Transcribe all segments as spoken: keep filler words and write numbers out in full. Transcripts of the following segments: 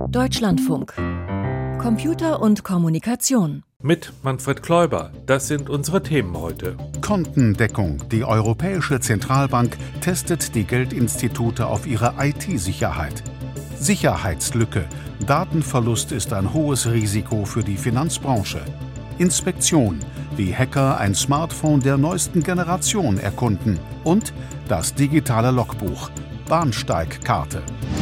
Deutschlandfunk. Computer und Kommunikation. Mit Manfred Kläuber. Das sind unsere Themen heute. Kontendeckung. Die Europäische Zentralbank testet die Geldinstitute auf ihre I T-Sicherheit. Sicherheitslücke. Datenverlust ist ein hohes Risiko für die Finanzbranche. Inspektion. Wie Hacker ein Smartphone der neuesten Generation erkunden. Und das digitale Logbuch. Bahnsteigkarte.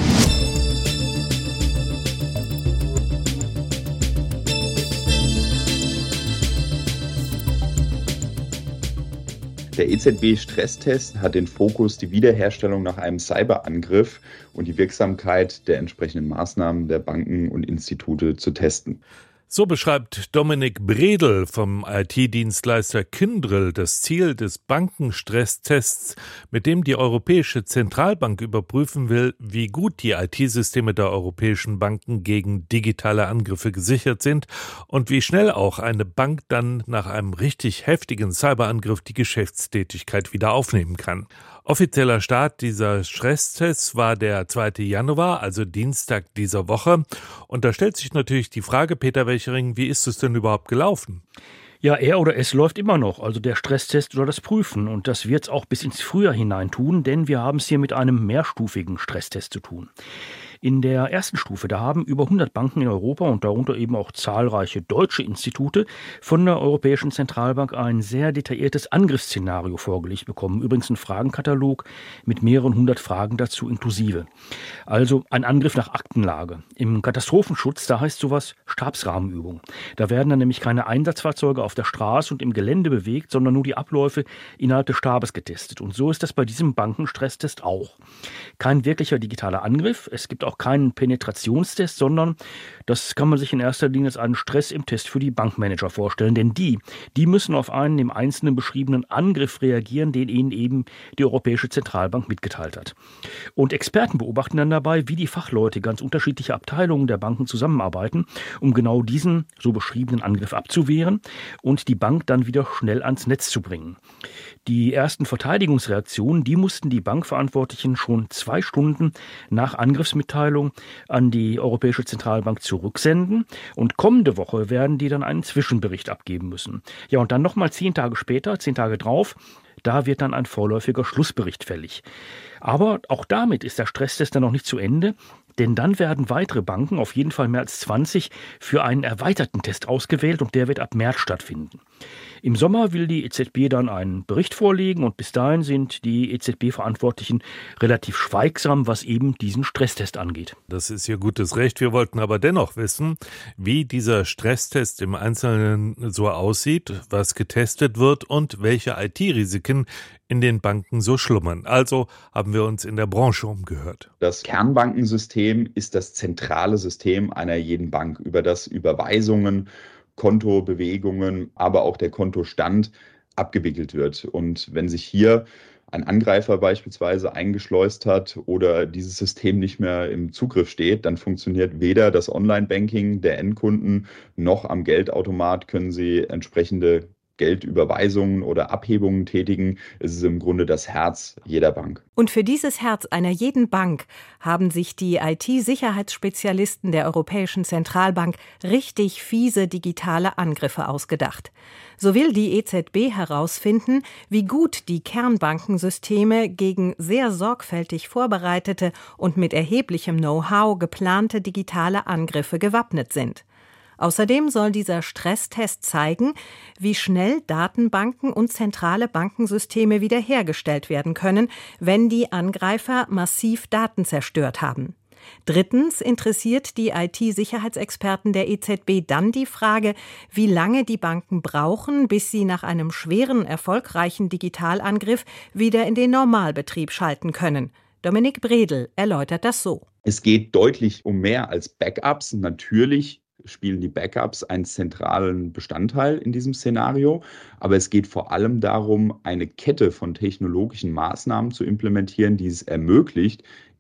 Der E Z B-Stresstest hat den Fokus die Wiederherstellung nach einem Cyberangriff und die Wirksamkeit der entsprechenden Maßnahmen der Banken und Institute zu testen. So beschreibt Dominik Bredel vom I T-Dienstleister Kyndryl das Ziel des Bankenstresstests, mit dem die Europäische Zentralbank überprüfen will, wie gut die I T-Systeme der europäischen Banken gegen digitale Angriffe gesichert sind und wie schnell auch eine Bank dann nach einem richtig heftigen Cyberangriff die Geschäftstätigkeit wieder aufnehmen kann. Offizieller Start dieser Stresstests war der zweite Januar, also Dienstag dieser Woche. Und da stellt sich natürlich die Frage, Peter Welchering, wie ist es denn überhaupt gelaufen? Ja, er oder es läuft immer noch, also der Stresstest oder das Prüfen. Und das wird es auch bis ins Frühjahr hinein tun, denn wir haben es hier mit einem mehrstufigen Stresstest zu tun. In der ersten Stufe, da haben über hundert Banken in Europa und darunter eben auch zahlreiche deutsche Institute von der Europäischen Zentralbank ein sehr detailliertes Angriffsszenario vorgelegt bekommen. Übrigens ein Fragenkatalog mit mehreren hundert Fragen dazu inklusive. Also ein Angriff nach Aktenlage. Im Katastrophenschutz, da heißt sowas Stabsrahmenübung. Da werden dann nämlich keine Einsatzfahrzeuge auf der Straße und im Gelände bewegt, sondern nur die Abläufe innerhalb des Stabes getestet. Und so ist das bei diesem Bankenstresstest auch. Kein wirklicher digitaler Angriff. Es gibt auch keinen Penetrationstest, sondern das kann man sich in erster Linie als einen Stress im Test für die Bankmanager vorstellen. Denn die, die müssen auf einen im Einzelnen beschriebenen Angriff reagieren, den ihnen eben die Europäische Zentralbank mitgeteilt hat. Und Experten beobachten dann dabei, wie die Fachleute ganz unterschiedliche Abteilungen der Banken zusammenarbeiten, um genau diesen so beschriebenen Angriff abzuwehren und die Bank dann wieder schnell ans Netz zu bringen. Die ersten Verteidigungsreaktionen, die mussten die Bankverantwortlichen schon zwei Stunden nach Angriffsmitteilung an die Europäische Zentralbank zurücksenden und kommende Woche werden die dann einen Zwischenbericht abgeben müssen. Ja, und dann nochmal zehn Tage später, zehn Tage drauf, da wird dann ein vorläufiger Schlussbericht fällig. Aber auch damit ist der Stresstest dann noch nicht zu Ende, denn dann werden weitere Banken, auf jeden Fall mehr als zwanzig, für einen erweiterten Test ausgewählt und der wird ab März stattfinden. Im Sommer will die E Z B dann einen Bericht vorlegen und bis dahin sind die E Z B-Verantwortlichen relativ schweigsam, was eben diesen Stresstest angeht. Das ist Ihr gutes Recht. Wir wollten aber dennoch wissen, wie dieser Stresstest im Einzelnen so aussieht, was getestet wird und welche I T-Risiken in den Banken so schlummern. Also haben wir uns in der Branche umgehört. Das Kernbankensystem ist das zentrale System einer jeden Bank, über das Überweisungen, Kontobewegungen, aber auch der Kontostand abgewickelt wird. Und wenn sich hier ein Angreifer beispielsweise eingeschleust hat oder dieses System nicht mehr im Zugriff steht, dann funktioniert weder das Online-Banking der Endkunden noch am Geldautomat können sie entsprechende Geldüberweisungen oder Abhebungen tätigen. Es ist im Grunde das Herz jeder Bank. Und für dieses Herz einer jeden Bank haben sich die I T-Sicherheitsspezialisten der Europäischen Zentralbank richtig fiese digitale Angriffe ausgedacht. So will die E Z B herausfinden, wie gut die Kernbankensysteme gegen sehr sorgfältig vorbereitete und mit erheblichem Know-how geplante digitale Angriffe gewappnet sind. Außerdem soll dieser Stresstest zeigen, wie schnell Datenbanken und zentrale Bankensysteme wiederhergestellt werden können, wenn die Angreifer massiv Daten zerstört haben. Drittens interessiert die I T-Sicherheitsexperten der E Z B dann die Frage, wie lange die Banken brauchen, bis sie nach einem schweren, erfolgreichen Digitalangriff wieder in den Normalbetrieb schalten können. Dominik Bredel erläutert das so. Es geht deutlich um mehr als Backups. Natürlich spielen die Backups einen zentralen Bestandteil in diesem Szenario. Aber es geht vor allem darum, eine Kette von technologischen Maßnahmen zu implementieren, die es ermöglicht,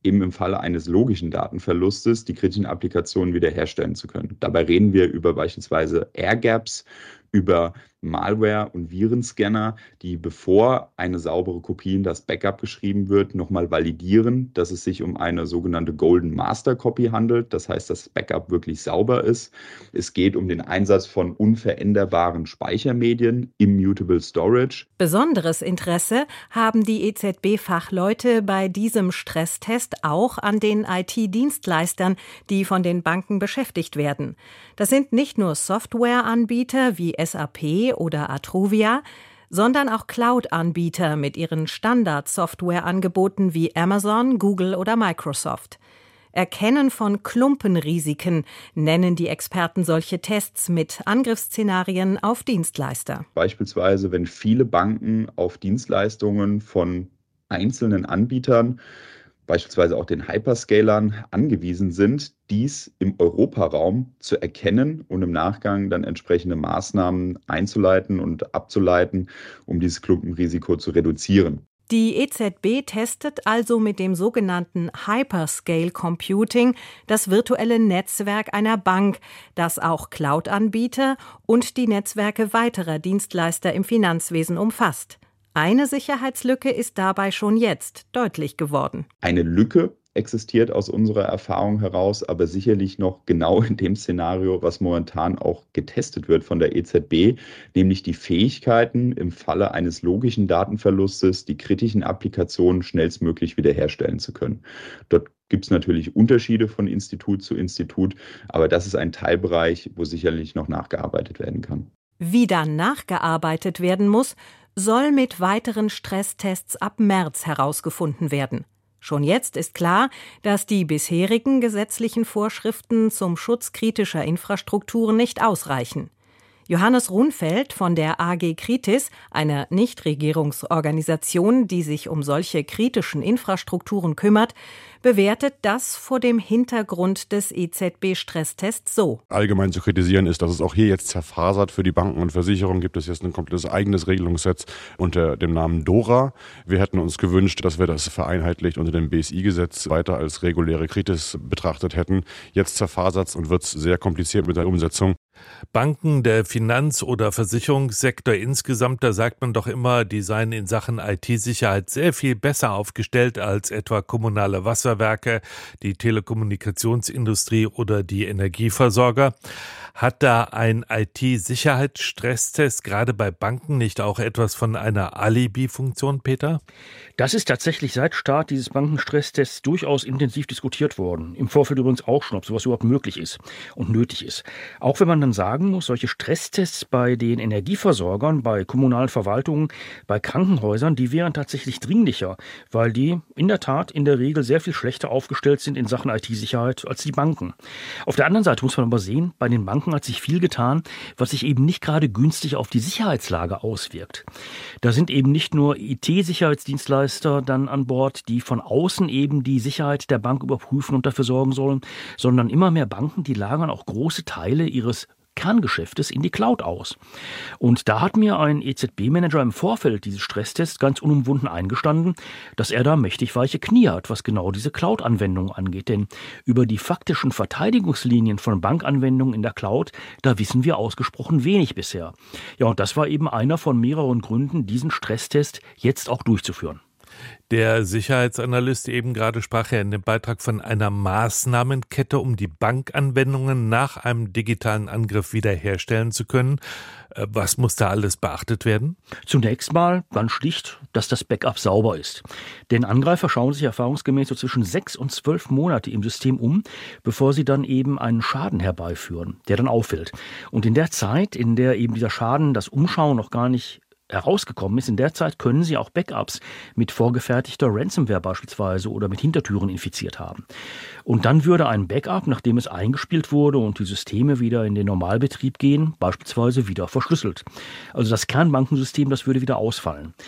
eben im Falle eines logischen Datenverlustes die kritischen Applikationen wiederherstellen zu können. Dabei reden wir über beispielsweise Air-Gaps, über Malware und Virenscanner, die, bevor eine saubere Kopie in das Backup geschrieben wird, nochmal validieren, dass es sich um eine sogenannte Golden Master Copy handelt. Das heißt, dass das Backup wirklich sauber ist. Es geht um den Einsatz von unveränderbaren Speichermedien, Immutable Storage. Besonderes Interesse haben die E Z B-Fachleute bei diesem Stresstest auch an den I T-Dienstleistern, die von den Banken beschäftigt werden. Das sind nicht nur Softwareanbieter wie S A P oder Atruvia, sondern auch Cloud-Anbieter mit ihren Standard-Software-Angeboten wie Amazon, Google oder Microsoft. Erkennen von Klumpenrisiken nennen die Experten solche Tests mit Angriffsszenarien auf Dienstleister. Beispielsweise, wenn viele Banken auf Dienstleistungen von einzelnen Anbietern, beispielsweise auch den Hyperscalern, angewiesen sind, dies im Europaraum zu erkennen und im Nachgang dann entsprechende Maßnahmen einzuleiten und abzuleiten, um dieses Klumpenrisiko zu reduzieren. Die E Z B testet also mit dem sogenannten Hyperscale Computing das virtuelle Netzwerk einer Bank, das auch Cloud-Anbieter und die Netzwerke weiterer Dienstleister im Finanzwesen umfasst. Eine Sicherheitslücke ist dabei schon jetzt deutlich geworden. Eine Lücke existiert aus unserer Erfahrung heraus, aber sicherlich noch genau in dem Szenario, was momentan auch getestet wird von der E Z B, nämlich die Fähigkeiten, im Falle eines logischen Datenverlustes die kritischen Applikationen schnellstmöglich wiederherstellen zu können. Dort gibt es natürlich Unterschiede von Institut zu Institut, aber das ist ein Teilbereich, wo sicherlich noch nachgearbeitet werden kann. Wie dann nachgearbeitet werden muss, soll mit weiteren Stresstests ab März herausgefunden werden. Schon jetzt ist klar, dass die bisherigen gesetzlichen Vorschriften zum Schutz kritischer Infrastrukturen nicht ausreichen. Johannes Runfeld von der A G Kritis, einer Nichtregierungsorganisation, die sich um solche kritischen Infrastrukturen kümmert, bewertet das vor dem Hintergrund des E Z B-Stresstests so. Allgemein zu kritisieren ist, dass es auch hier jetzt zerfasert für die Banken und Versicherungen gibt es jetzt ein komplettes eigenes Regelungsset unter dem Namen DORA. Wir hätten uns gewünscht, dass wir das vereinheitlicht unter dem B S I-Gesetz weiter als reguläre Kritis betrachtet hätten. Jetzt zerfasert es und wird es sehr kompliziert mit der Umsetzung. Banken, der Finanz- oder Versicherungssektor insgesamt, da sagt man doch immer, die seien in Sachen I T-Sicherheit sehr viel besser aufgestellt als etwa kommunale Wasserwerke, die Telekommunikationsindustrie oder die Energieversorger. Hat da ein I T-Sicherheitsstresstest gerade bei Banken nicht auch etwas von einer Alibi-Funktion, Peter? Das ist tatsächlich seit Start dieses Bankenstresstests durchaus intensiv diskutiert worden. Im Vorfeld übrigens auch schon, ob sowas überhaupt möglich ist und nötig ist. Auch wenn man dann sagen muss, solche Stresstests bei den Energieversorgern, bei kommunalen Verwaltungen, bei Krankenhäusern, die wären tatsächlich dringlicher, weil die in der Tat in der Regel sehr viel schlechter aufgestellt sind in Sachen I T-Sicherheit als die Banken. Auf der anderen Seite muss man aber sehen, bei den Banken hat sich viel getan, was sich eben nicht gerade günstig auf die Sicherheitslage auswirkt. Da sind eben nicht nur I T-Sicherheitsdienstleister dann an Bord, die von außen eben die Sicherheit der Bank überprüfen und dafür sorgen sollen, sondern immer mehr Banken, die lagern auch große Teile ihres Kerngeschäftes in die Cloud aus. Und da hat mir ein E Z B-Manager im Vorfeld dieses Stresstests ganz unumwunden eingestanden, dass er da mächtig weiche Knie hat, was genau diese Cloud-Anwendungen angeht. Denn über die faktischen Verteidigungslinien von Bankanwendungen in der Cloud, da wissen wir ausgesprochen wenig bisher. Ja, und das war eben einer von mehreren Gründen, diesen Stresstest jetzt auch durchzuführen. Der Sicherheitsanalyst eben gerade sprach ja in dem Beitrag von einer Maßnahmenkette, um die Bankanwendungen nach einem digitalen Angriff wiederherstellen zu können. Was muss da alles beachtet werden? Zunächst mal ganz schlicht, dass das Backup sauber ist. Denn Angreifer schauen sich erfahrungsgemäß so zwischen sechs und zwölf Monate im System um, bevor sie dann eben einen Schaden herbeiführen, der dann auffällt. Und in der Zeit, in der eben dieser Schaden, das Umschauen noch gar nicht herausgekommen ist, in der Zeit können Sie auch Backups mit vorgefertigter Ransomware beispielsweise oder mit Hintertüren infiziert haben. Und dann würde ein Backup, nachdem es eingespielt wurde und die Systeme wieder in den Normalbetrieb gehen, beispielsweise wieder verschlüsselt. Also das Kernbankensystem, das würde wieder ausfallen.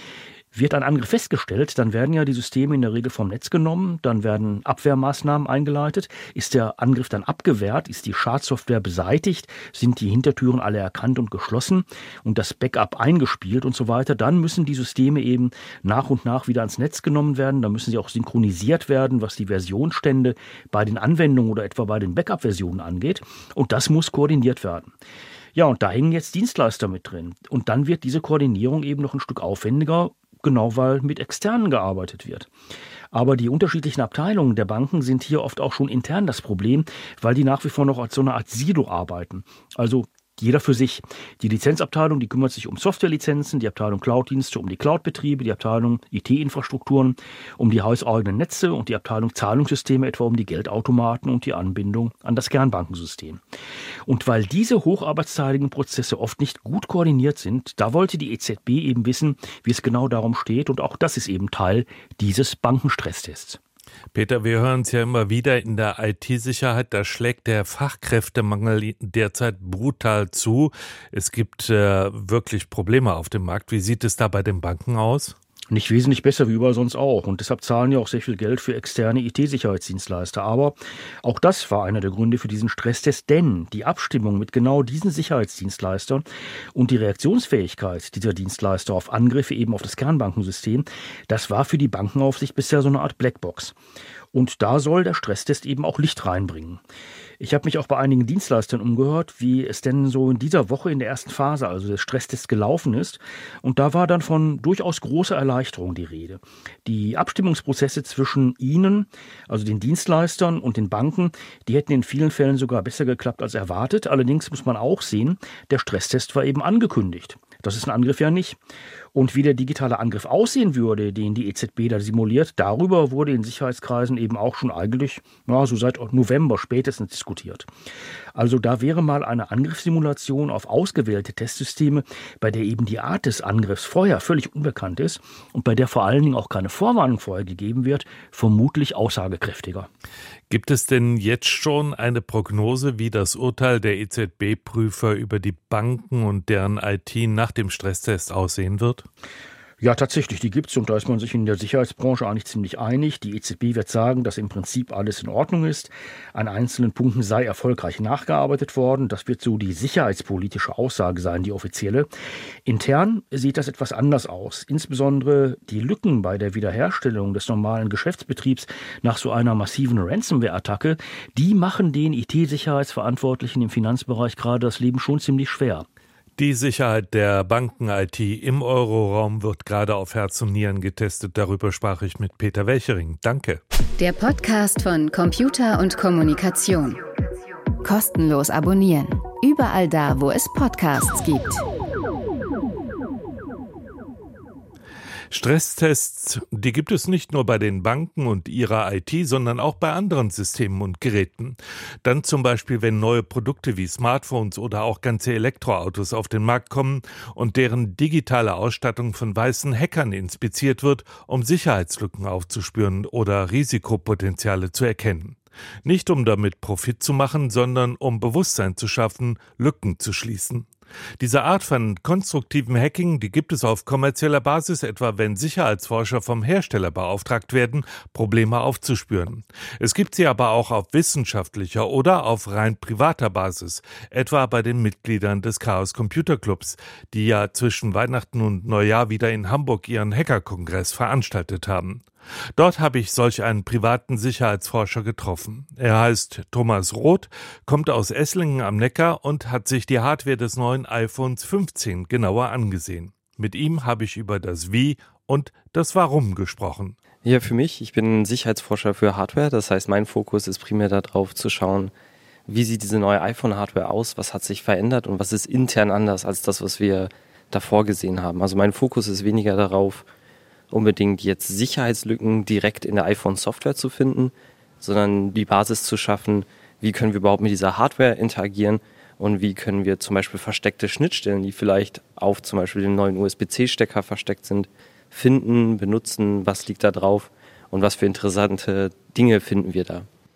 Wird ein Angriff festgestellt, dann werden ja die Systeme in der Regel vom Netz genommen, dann werden Abwehrmaßnahmen eingeleitet. Ist der Angriff dann abgewehrt, ist die Schadsoftware beseitigt, sind die Hintertüren alle erkannt und geschlossen und das Backup eingespielt und so weiter, dann müssen die Systeme eben nach und nach wieder ans Netz genommen werden. Da müssen sie auch synchronisiert werden, was die Versionsstände bei den Anwendungen oder etwa bei den Backup-Versionen angeht. Und das muss koordiniert werden. Ja, und da hängen jetzt Dienstleister mit drin. Und dann wird diese Koordinierung eben noch ein Stück aufwendiger, genau weil mit Externen gearbeitet wird. Aber die unterschiedlichen Abteilungen der Banken sind hier oft auch schon intern das Problem, weil die nach wie vor noch als so eine Art Silo arbeiten. Also jeder für sich. Die Lizenzabteilung, die kümmert sich um Softwarelizenzen, die Abteilung Cloud-Dienste um die Cloud-Betriebe, die Abteilung I T-Infrastrukturen um die hauseigenen Netze und die Abteilung Zahlungssysteme etwa um die Geldautomaten und die Anbindung an das Kernbankensystem. Und weil diese hocharbeitsteiligen Prozesse oft nicht gut koordiniert sind, da wollte die E Z B eben wissen, wie es genau darum steht, und auch das ist eben Teil dieses Bankenstresstests. Peter, wir hören es ja immer wieder in der I T-Sicherheit, da schlägt der Fachkräftemangel derzeit brutal zu. Es gibt äh, wirklich Probleme auf dem Markt. Wie sieht es da bei den Banken aus? Nicht wesentlich besser wie überall sonst auch. Und deshalb zahlen ja auch sehr viel Geld für externe I T-Sicherheitsdienstleister. Aber auch das war einer der Gründe für diesen Stresstest, denn die Abstimmung mit genau diesen Sicherheitsdienstleistern und die Reaktionsfähigkeit dieser Dienstleister auf Angriffe eben auf das Kernbankensystem, das war für die Bankenaufsicht bisher so eine Art Blackbox. Und da soll der Stresstest eben auch Licht reinbringen. Ich habe mich auch bei einigen Dienstleistern umgehört, wie es denn so in dieser Woche in der ersten Phase, also des Stresstests, gelaufen ist. Und da war dann von durchaus großer Erleichterung die Rede. Die Abstimmungsprozesse zwischen ihnen, also den Dienstleistern und den Banken, die hätten in vielen Fällen sogar besser geklappt als erwartet. Allerdings muss man auch sehen, der Stresstest war eben angekündigt. Das ist ein Angriff ja nicht. Und wie der digitale Angriff aussehen würde, den die E Z B da simuliert, darüber wurde in Sicherheitskreisen eben auch schon eigentlich, ja, so seit November spätestens diskutiert. Also da wäre mal eine Angriffssimulation auf ausgewählte Testsysteme, bei der eben die Art des Angriffs vorher völlig unbekannt ist und bei der vor allen Dingen auch keine Vorwarnung vorher gegeben wird, vermutlich aussagekräftiger. Gibt es denn jetzt schon eine Prognose, wie das Urteil der E Z B-Prüfer über die Banken und deren I T nach dem Stresstest aussehen wird? Ja, tatsächlich, die gibt's und da ist man sich in der Sicherheitsbranche eigentlich ziemlich einig. Die E Z B wird sagen, dass im Prinzip alles in Ordnung ist. An einzelnen Punkten sei erfolgreich nachgearbeitet worden. Das wird so die sicherheitspolitische Aussage sein, die offizielle. Intern sieht das etwas anders aus. Insbesondere die Lücken bei der Wiederherstellung des normalen Geschäftsbetriebs nach so einer massiven Ransomware-Attacke, die machen den I T-Sicherheitsverantwortlichen im Finanzbereich gerade das Leben schon ziemlich schwer. Die Sicherheit der Banken-I T im Euroraum wird gerade auf Herz und Nieren getestet. Darüber sprach ich mit Peter Welchering. Danke. Der Podcast von Computer und Kommunikation. Kostenlos abonnieren. Überall da, wo es Podcasts gibt. Stresstests, die gibt es nicht nur bei den Banken und ihrer I T, sondern auch bei anderen Systemen und Geräten. Dann zum Beispiel, wenn neue Produkte wie Smartphones oder auch ganze Elektroautos auf den Markt kommen und deren digitale Ausstattung von weißen Hackern inspiziert wird, um Sicherheitslücken aufzuspüren oder Risikopotenziale zu erkennen. Nicht um damit Profit zu machen, sondern um Bewusstsein zu schaffen, Lücken zu schließen. Diese Art von konstruktivem Hacking, die gibt es auf kommerzieller Basis, etwa wenn Sicherheitsforscher vom Hersteller beauftragt werden, Probleme aufzuspüren. Es gibt sie aber auch auf wissenschaftlicher oder auf rein privater Basis, etwa bei den Mitgliedern des Chaos Computer Clubs, die ja zwischen Weihnachten und Neujahr wieder in Hamburg ihren Hackerkongress veranstaltet haben. Dort habe ich solch einen privaten Sicherheitsforscher getroffen. Er heißt Thomas Roth, kommt aus Esslingen am Neckar und hat sich die Hardware des neuen iPhones fünfzehn genauer angesehen. Mit ihm habe ich über das Wie und das Warum gesprochen. Ja, für mich, ich bin Sicherheitsforscher für Hardware, das heißt, mein Fokus ist primär darauf zu schauen, wie sieht diese neue iPhone-Hardware aus, was hat sich verändert und was ist intern anders als das, was wir davor gesehen haben. Also mein Fokus ist weniger darauf, unbedingt jetzt Sicherheitslücken direkt in der iPhone-Software zu finden, sondern die Basis zu schaffen, wie können wir überhaupt mit dieser Hardware interagieren und wie können wir zum Beispiel versteckte Schnittstellen, die vielleicht auf zum Beispiel dem neuen U S B C-Stecker versteckt sind, finden, benutzen, was liegt da drauf und was für interessante Dinge finden wir da.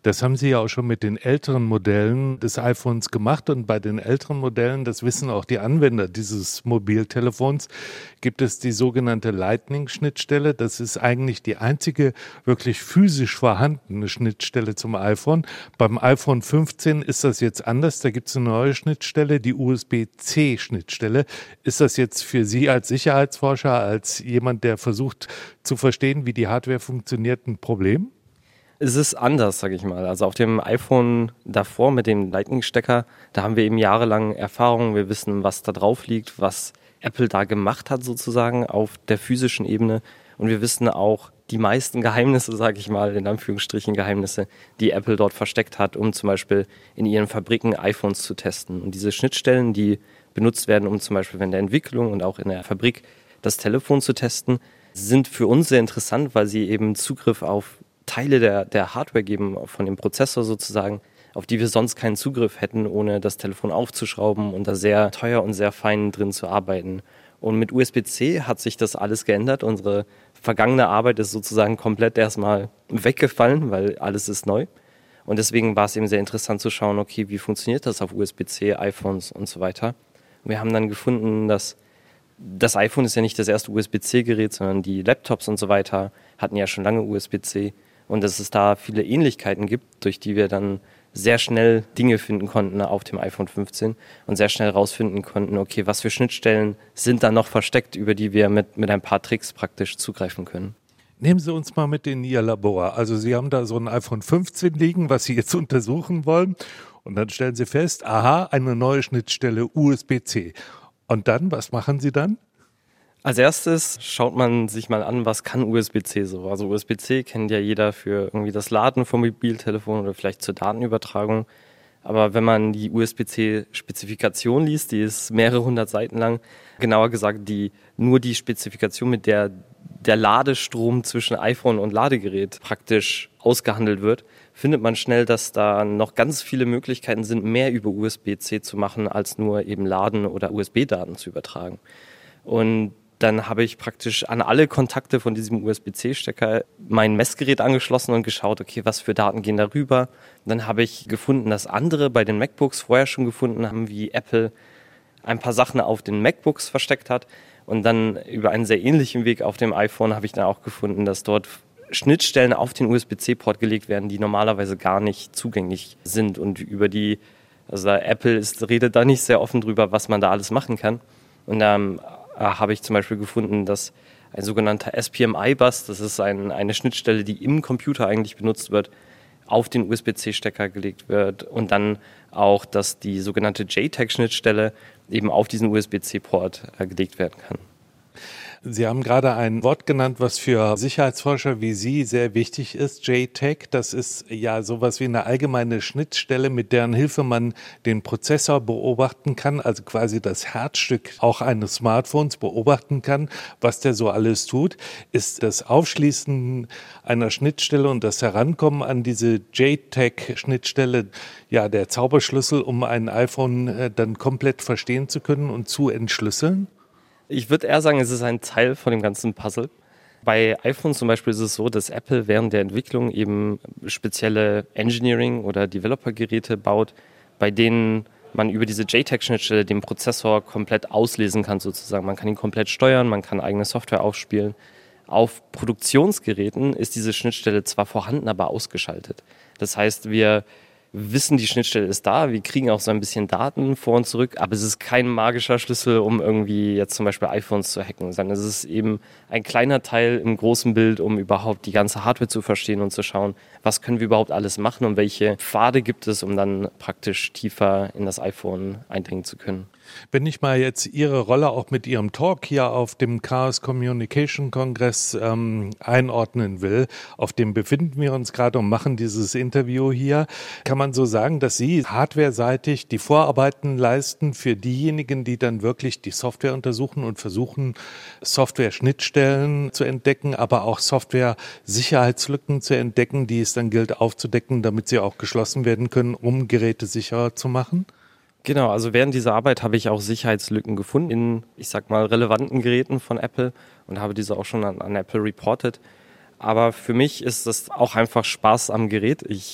Das haben Sie ja auch schon mit den älteren Modellen des iPhones gemacht. Und bei den älteren Modellen, das wissen auch die Anwender dieses Mobiltelefons, gibt es die sogenannte Lightning-Schnittstelle. Das ist eigentlich die einzige wirklich physisch vorhandene Schnittstelle zum iPhone. Beim iPhone fünfzehn ist das jetzt anders. Da gibt es eine neue Schnittstelle, die U S B C Schnittstelle. Ist das jetzt für Sie als Sicherheitsforscher, als jemand, der versucht zu verstehen, wie die Hardware funktioniert, ein Problem? Es ist anders, sage ich mal. Also auf dem iPhone davor mit dem Lightning-Stecker, da haben wir eben jahrelang Erfahrung. Wir wissen, was da drauf liegt, was Apple da gemacht hat sozusagen auf der physischen Ebene. Und wir wissen auch die meisten Geheimnisse, sage ich mal, in Anführungsstrichen Geheimnisse, die Apple dort versteckt hat, um zum Beispiel in ihren Fabriken iPhones zu testen. Und diese Schnittstellen, die benutzt werden, um zum Beispiel in der Entwicklung und auch in der Fabrik das Telefon zu testen, sind für uns sehr interessant, weil sie eben Zugriff auf Teile der, der Hardware geben, von dem Prozessor sozusagen, auf die wir sonst keinen Zugriff hätten, ohne das Telefon aufzuschrauben und da sehr teuer und sehr fein drin zu arbeiten. Und mit U S B C hat sich das alles geändert. Unsere vergangene Arbeit ist sozusagen komplett erstmal weggefallen, weil alles ist neu. Und deswegen war es eben sehr interessant zu schauen, okay, wie funktioniert das auf U S B C, iPhones und so weiter. Und wir haben dann gefunden, dass das iPhone ist ja nicht das erste U S B C Gerät, sondern die Laptops und so weiter hatten ja schon lange U S B C. Und dass es da viele Ähnlichkeiten gibt, durch die wir dann sehr schnell Dinge finden konnten auf dem iPhone fünfzehn und sehr schnell rausfinden konnten, okay, was für Schnittstellen sind da noch versteckt, über die wir mit, mit ein paar Tricks praktisch zugreifen können. Nehmen Sie uns mal mit in Ihr Labor. Also Sie haben da so ein iPhone fünfzehn liegen, was Sie jetzt untersuchen wollen. Und dann stellen Sie fest, aha, eine neue Schnittstelle U S B C. Und dann, was machen Sie dann? Als erstes schaut man sich mal an, was kann U S B C so. Also U S B C kennt ja jeder für irgendwie das Laden vom Mobiltelefon oder vielleicht zur Datenübertragung. Aber wenn man die U S B C-Spezifikation liest, die ist mehrere hundert Seiten lang, genauer gesagt die nur die Spezifikation, mit der der Ladestrom zwischen iPhone und Ladegerät praktisch ausgehandelt wird, findet man schnell, dass da noch ganz viele Möglichkeiten sind, mehr über U S B C zu machen, als nur eben Laden oder U S B-Daten zu übertragen. Und dann habe ich praktisch an alle Kontakte von diesem U S B C-Stecker mein Messgerät angeschlossen und geschaut, okay, was für Daten gehen da rüber. Dann habe ich gefunden, dass andere bei den MacBooks vorher schon gefunden haben, wie Apple ein paar Sachen auf den MacBooks versteckt hat. Und dann über einen sehr ähnlichen Weg auf dem iPhone habe ich dann auch gefunden, dass dort Schnittstellen auf den U S B C-Port gelegt werden, die normalerweise gar nicht zugänglich sind. Und über die, also Apple ist, redet da nicht sehr offen drüber, was man da alles machen kann. Und dann ähm, habe ich zum Beispiel gefunden, dass ein sogenannter S P M I-Bus, das ist ein, eine Schnittstelle, die im Computer eigentlich benutzt wird, auf den U S B C-Stecker gelegt wird und dann auch, dass die sogenannte J TAG-Schnittstelle eben auf diesen U S B C-Port äh, gelegt werden kann. Sie haben gerade ein Wort genannt, was für Sicherheitsforscher wie Sie sehr wichtig ist, J TAG. Das ist ja sowas wie eine allgemeine Schnittstelle, mit deren Hilfe man den Prozessor beobachten kann, also quasi das Herzstück auch eines Smartphones beobachten kann, was der so alles tut. Ist das Aufschließen einer Schnittstelle und das Herankommen an diese J TAG-Schnittstelle ja der Zauberschlüssel, um ein iPhone äh, dann komplett verstehen zu können und zu entschlüsseln? Ich würde eher sagen, es ist ein Teil von dem ganzen Puzzle. Bei iPhone zum Beispiel ist es so, dass Apple während der Entwicklung eben spezielle Engineering- oder Developer-Geräte baut, bei denen man über diese J TAG-Schnittstelle den Prozessor komplett auslesen kann sozusagen. Man kann ihn komplett steuern, man kann eigene Software aufspielen. Auf Produktionsgeräten ist diese Schnittstelle zwar vorhanden, aber ausgeschaltet. Das heißt, wir wissen, die Schnittstelle ist da, wir kriegen auch so ein bisschen Daten vor und zurück, aber es ist kein magischer Schlüssel, um irgendwie jetzt zum Beispiel iPhones zu hacken, sondern es ist eben ein kleiner Teil im großen Bild, um überhaupt die ganze Hardware zu verstehen und zu schauen, was können wir überhaupt alles machen und welche Pfade gibt es, um dann praktisch tiefer in das iPhone eindringen zu können. Wenn ich mal jetzt Ihre Rolle auch mit Ihrem Talk hier auf dem Chaos Communication Kongress ähm, einordnen will, auf dem befinden wir uns gerade und machen dieses Interview hier, kann man so sagen, dass Sie hardwareseitig die Vorarbeiten leisten für diejenigen, die dann wirklich die Software untersuchen und versuchen, Software-Schnittstellen zu entdecken, aber auch Software-Sicherheitslücken zu entdecken, die es dann gilt aufzudecken, damit sie auch geschlossen werden können, um Geräte sicherer zu machen? Genau, also während dieser Arbeit habe ich auch Sicherheitslücken gefunden in, ich sag mal, relevanten Geräten von Apple und habe diese auch schon an, an Apple reported. Aber für mich ist das auch einfach Spaß am Gerät. Ich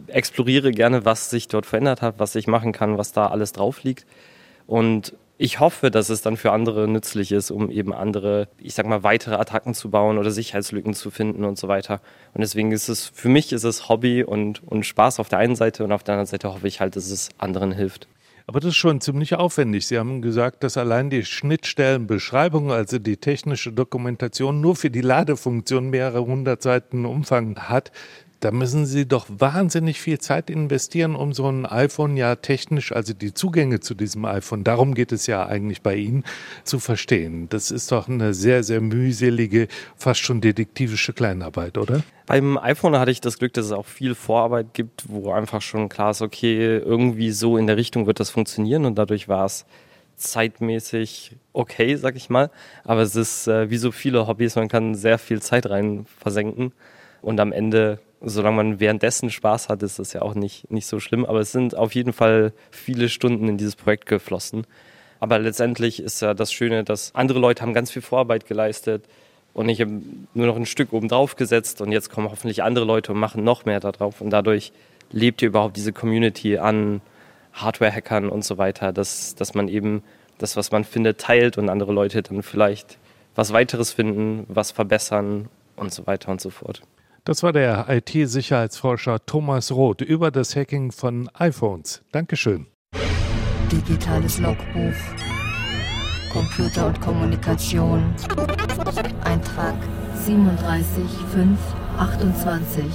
exploriere gerne, was sich dort verändert hat, was ich machen kann, was da alles drauf liegt. Und ich hoffe, dass es dann für andere nützlich ist, um eben andere, ich sag mal, weitere Attacken zu bauen oder Sicherheitslücken zu finden und so weiter. Und deswegen ist es, für mich ist es Hobby und, und Spaß auf der einen Seite und auf der anderen Seite hoffe ich halt, dass es anderen hilft. Aber das ist schon ziemlich aufwendig. Sie haben gesagt, dass allein die Schnittstellenbeschreibung, also die technische Dokumentation, nur für die Ladefunktion mehrere hundert Seiten Umfang hat. Da müssen Sie doch wahnsinnig viel Zeit investieren, um so ein iPhone ja technisch, also die Zugänge zu diesem iPhone, darum geht es ja eigentlich bei Ihnen, zu verstehen. Das ist doch eine sehr, sehr mühselige, fast schon detektivische Kleinarbeit, oder? Beim iPhone hatte ich das Glück, dass es auch viel Vorarbeit gibt, wo einfach schon klar ist, okay, irgendwie so in der Richtung wird das funktionieren und dadurch war es zeitmäßig okay, sag ich mal. Aber es ist äh, wie so viele Hobbys, man kann sehr viel Zeit rein versenken und am Ende, solange man währenddessen Spaß hat, ist das ja auch nicht, nicht so schlimm. Aber es sind auf jeden Fall viele Stunden in dieses Projekt geflossen. Aber letztendlich ist ja das Schöne, dass andere Leute haben ganz viel Vorarbeit geleistet und ich habe nur noch ein Stück oben drauf gesetzt und jetzt kommen hoffentlich andere Leute und machen noch mehr da drauf. Und dadurch lebt ihr überhaupt diese Community an Hardware-Hackern und so weiter, dass, dass man eben das, was man findet, teilt und andere Leute dann vielleicht was weiteres finden, was verbessern und so weiter und so fort. Das war der I T-Sicherheitsforscher Thomas Roth über das Hacking von iPhones. Dankeschön. Digitales Logbuch. Computer und Kommunikation. Eintrag siebenunddreißig fünf achtundzwanzig.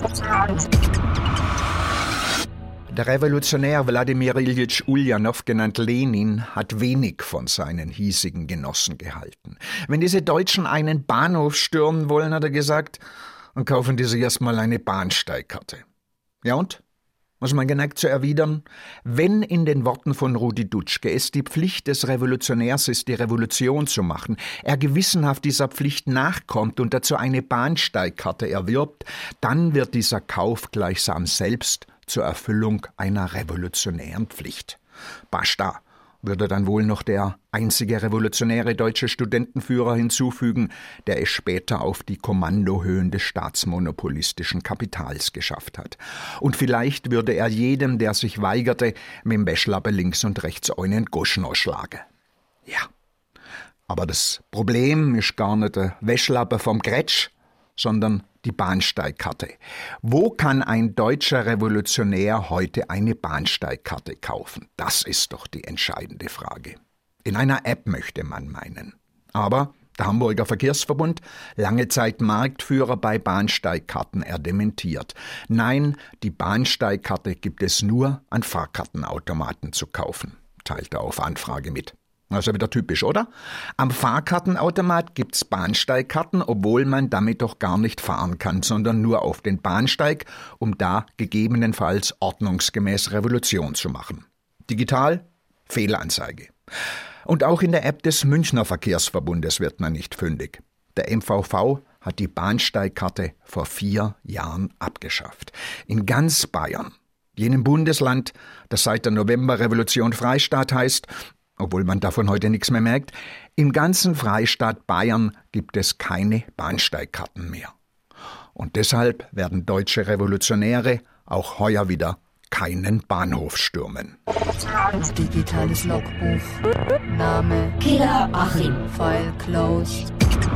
Der Revolutionär Wladimir Iljitsch Uljanov, genannt Lenin, hat wenig von seinen hiesigen Genossen gehalten. Wenn diese Deutschen einen Bahnhof stürmen wollen, hat er gesagt, dann kaufen die sich erstmal eine Bahnsteigkarte. Ja und? Muss man geneigt zu erwidern, wenn in den Worten von Rudi Dutschke es die Pflicht des Revolutionärs ist, die Revolution zu machen, er gewissenhaft dieser Pflicht nachkommt und dazu eine Bahnsteigkarte erwirbt, dann wird dieser Kauf gleichsam selbst zur Erfüllung einer revolutionären Pflicht. Basta, würde dann wohl noch der einzige revolutionäre deutsche Studentenführer hinzufügen, der es später auf die Kommandohöhen des staatsmonopolistischen Kapitals geschafft hat. Und vielleicht würde er jedem, der sich weigerte, mit dem Wäschlappe links und rechts einen Goschen schlagen. Ja, aber das Problem ist gar nicht der Wäschlappe vom Gretsch, sondern die Bahnsteigkarte. Wo kann ein deutscher Revolutionär heute eine Bahnsteigkarte kaufen? Das ist doch die entscheidende Frage. In einer App möchte man meinen. Aber der Hamburger Verkehrsverbund, lange Zeit Marktführer bei Bahnsteigkarten, er dementiert. Nein, die Bahnsteigkarte gibt es nur an Fahrkartenautomaten zu kaufen, teilt er auf Anfrage mit. Also wieder typisch, oder? Am Fahrkartenautomat gibt's Bahnsteigkarten, obwohl man damit doch gar nicht fahren kann, sondern nur auf den Bahnsteig, um da gegebenenfalls ordnungsgemäß Revolution zu machen. Digital? Fehlanzeige. Und auch in der App des Münchner Verkehrsverbundes wird man nicht fündig. Der M V V hat die Bahnsteigkarte vor vier Jahren abgeschafft. In ganz Bayern, jenem Bundesland, das seit der Novemberrevolution Freistaat heißt, obwohl man davon heute nichts mehr merkt, im ganzen Freistaat Bayern gibt es keine Bahnsteigkarten mehr. Und deshalb werden deutsche Revolutionäre auch heuer wieder keinen Bahnhof stürmen. Digitales Logbuch. Name Killer Achim. File closed.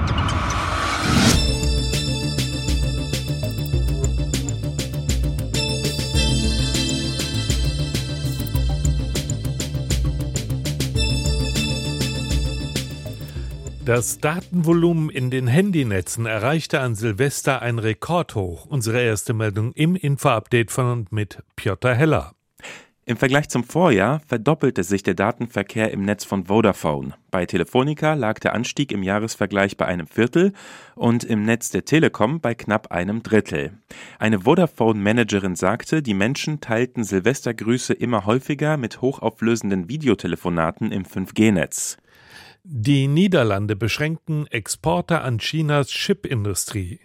Das Datenvolumen in den Handynetzen erreichte an Silvester ein Rekordhoch. Unsere erste Meldung im Info-Update von und mit Piotr Heller. Im Vergleich zum Vorjahr verdoppelte sich der Datenverkehr im Netz von Vodafone. Bei Telefonica lag der Anstieg im Jahresvergleich bei einem Viertel und im Netz der Telekom bei knapp einem Drittel. Eine Vodafone-Managerin sagte, die Menschen teilten Silvestergrüße immer häufiger mit hochauflösenden Videotelefonaten im fünf G Netz. Die Niederlande beschränken Exporte an Chinas Chipindustrie.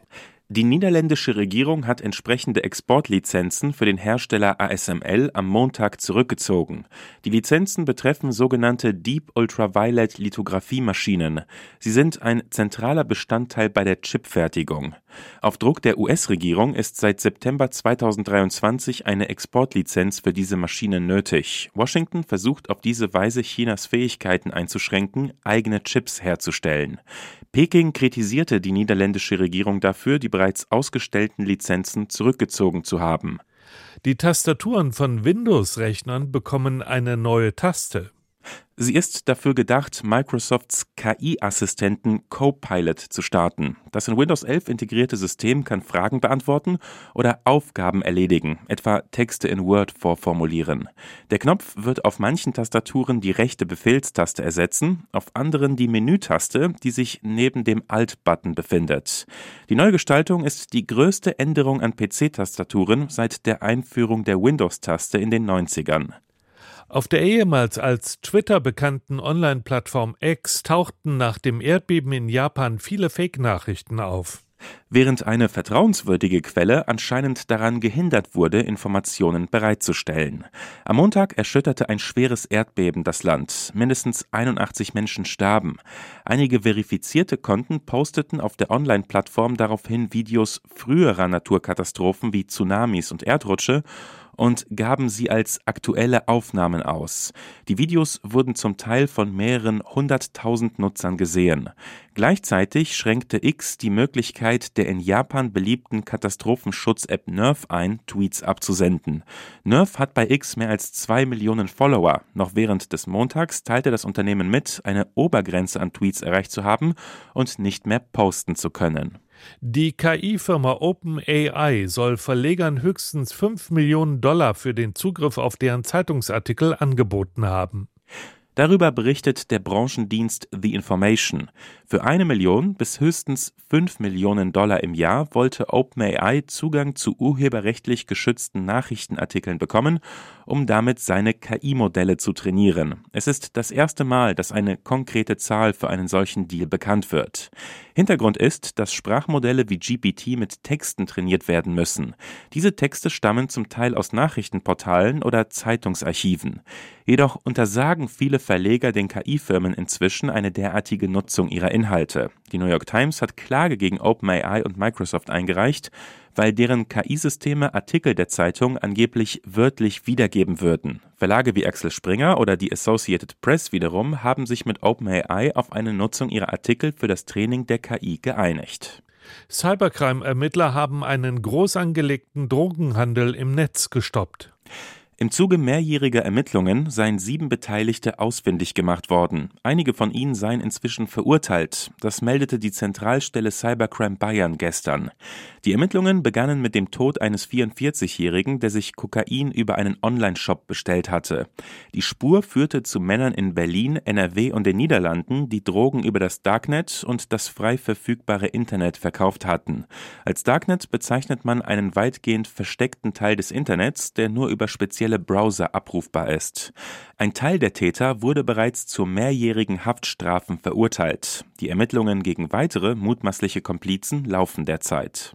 Die niederländische Regierung hat entsprechende Exportlizenzen für den Hersteller A S M L am Montag zurückgezogen. Die Lizenzen betreffen sogenannte Deep Ultraviolet Lithographie-Maschinen. Sie sind ein zentraler Bestandteil bei der Chipfertigung. Auf Druck der U S-Regierung ist seit September zweitausenddreiundzwanzig eine Exportlizenz für diese Maschinen nötig. Washington versucht auf diese Weise Chinas Fähigkeiten einzuschränken, eigene Chips herzustellen. Peking kritisierte die niederländische Regierung dafür, die bereits ausgestellten Lizenzen zurückgezogen zu haben. Die Tastaturen von Windows-Rechnern bekommen eine neue Taste. Sie ist dafür gedacht, Microsofts K I-Assistenten Copilot zu starten. Das in Windows elf integrierte System kann Fragen beantworten oder Aufgaben erledigen, etwa Texte in Word vorformulieren. Der Knopf wird auf manchen Tastaturen die rechte Befehlstaste ersetzen, auf anderen die Menütaste, die sich neben dem Alt-Button befindet. Die Neugestaltung ist die größte Änderung an P C-Tastaturen seit der Einführung der Windows-Taste in den neunzigern. Auf der ehemals als Twitter bekannten Online-Plattform X tauchten nach dem Erdbeben in Japan viele Fake-Nachrichten auf. Während eine vertrauenswürdige Quelle anscheinend daran gehindert wurde, Informationen bereitzustellen. Am Montag erschütterte ein schweres Erdbeben das Land. Mindestens einundachtzig Menschen starben. Einige verifizierte Konten posteten auf der Online-Plattform daraufhin Videos früherer Naturkatastrophen wie Tsunamis und Erdrutsche und gaben sie als aktuelle Aufnahmen aus. Die Videos wurden zum Teil von mehreren hunderttausend Nutzern gesehen. Gleichzeitig schränkte X die Möglichkeit der in Japan beliebten Katastrophenschutz-App Nerf ein, Tweets abzusenden. Nerf hat bei X mehr als zwei Millionen Follower. Noch während des Montags teilte das Unternehmen mit, eine Obergrenze an Tweets erreicht zu haben und nicht mehr posten zu können. Die K I-Firma OpenAI soll Verlegern höchstens fünf Millionen Dollar für den Zugriff auf deren Zeitungsartikel angeboten haben. Darüber berichtet der Branchendienst The Information. Für eine Million bis höchstens fünf Millionen Dollar im Jahr wollte OpenAI Zugang zu urheberrechtlich geschützten Nachrichtenartikeln bekommen, um damit seine K I-Modelle zu trainieren. Es ist das erste Mal, dass eine konkrete Zahl für einen solchen Deal bekannt wird. Hintergrund ist, dass Sprachmodelle wie G P T mit Texten trainiert werden müssen. Diese Texte stammen zum Teil aus Nachrichtenportalen oder Zeitungsarchiven. Jedoch untersagen viele Verleger den K I-Firmen inzwischen eine derartige Nutzung ihrer Inhalte. Die New York Times hat Klage gegen OpenAI und Microsoft eingereicht, weil deren K I-Systeme Artikel der Zeitung angeblich wörtlich wiedergeben würden. Verlage wie Axel Springer oder die Associated Press wiederum haben sich mit OpenAI auf eine Nutzung ihrer Artikel für das Training der K I geeinigt. Cybercrime-Ermittler haben einen groß angelegten Drogenhandel im Netz gestoppt. Im Zuge mehrjähriger Ermittlungen seien sieben Beteiligte ausfindig gemacht worden. Einige von ihnen seien inzwischen verurteilt. Das meldete die Zentralstelle Cybercrime Bayern gestern. Die Ermittlungen begannen mit dem Tod eines vierundvierzigjährigen, der sich Kokain über einen Online-Shop bestellt hatte. Die Spur führte zu Männern in Berlin, N R W und den Niederlanden, die Drogen über das Darknet und das frei verfügbare Internet verkauft hatten. Als Darknet bezeichnet man einen weitgehend versteckten Teil des Internets, der nur über spezielle Browser abrufbar ist. Ein Teil der Täter wurde bereits zu mehrjährigen Haftstrafen verurteilt. Die Ermittlungen gegen weitere mutmaßliche Komplizen laufen derzeit.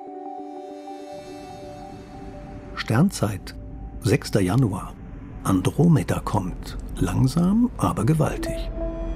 Sternzeit, sechster Januar. Andromeda kommt, langsam, aber gewaltig.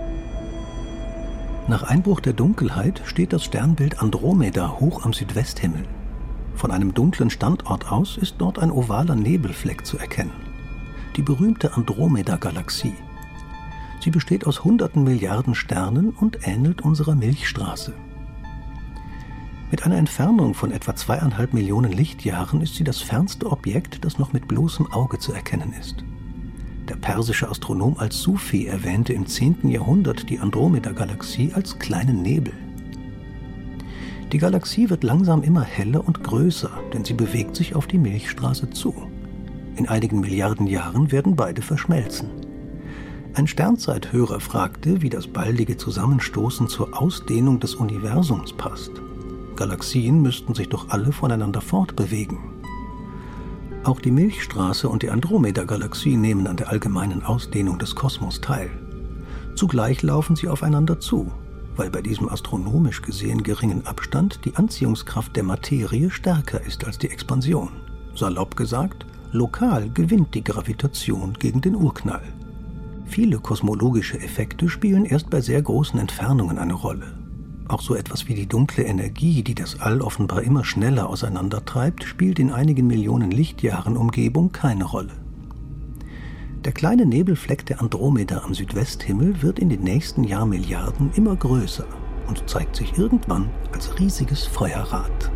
Nach Einbruch der Dunkelheit steht das Sternbild Andromeda hoch am Südwesthimmel. Von einem dunklen Standort aus ist dort ein ovaler Nebelfleck zu erkennen. Die berühmte Andromeda-Galaxie. Sie besteht aus hunderten Milliarden Sternen und ähnelt unserer Milchstraße. Mit einer Entfernung von etwa zweieinhalb Millionen Lichtjahren ist sie das fernste Objekt, das noch mit bloßem Auge zu erkennen ist. Der persische Astronom Al-Sufi erwähnte im zehnten Jahrhundert die Andromeda-Galaxie als kleinen Nebel. Die Galaxie wird langsam immer heller und größer, denn sie bewegt sich auf die Milchstraße zu. In einigen Milliarden Jahren werden beide verschmelzen. Ein Sternzeithörer fragte, wie das baldige Zusammenstoßen zur Ausdehnung des Universums passt. Galaxien müssten sich doch alle voneinander fortbewegen. Auch die Milchstraße und die Andromeda-Galaxie nehmen an der allgemeinen Ausdehnung des Kosmos teil. Zugleich laufen sie aufeinander zu. weil bei diesem astronomisch gesehen geringen Abstand die Anziehungskraft der Materie stärker ist als die Expansion. Salopp gesagt, lokal gewinnt die Gravitation gegen den Urknall. Viele kosmologische Effekte spielen erst bei sehr großen Entfernungen eine Rolle. Auch so etwas wie die dunkle Energie, die das All offenbar immer schneller auseinandertreibt, spielt in einigen Millionen Lichtjahren Umgebung keine Rolle. Der kleine Nebelfleck der Andromeda am Südwesthimmel wird in den nächsten Jahrmilliarden immer größer und zeigt sich irgendwann als riesiges Feuerrad.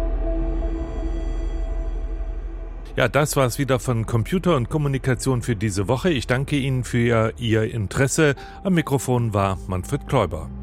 Ja, das war's wieder von Computer und Kommunikation für diese Woche. Ich danke Ihnen für Ihr Interesse. Am Mikrofon war Manfred Kläuber.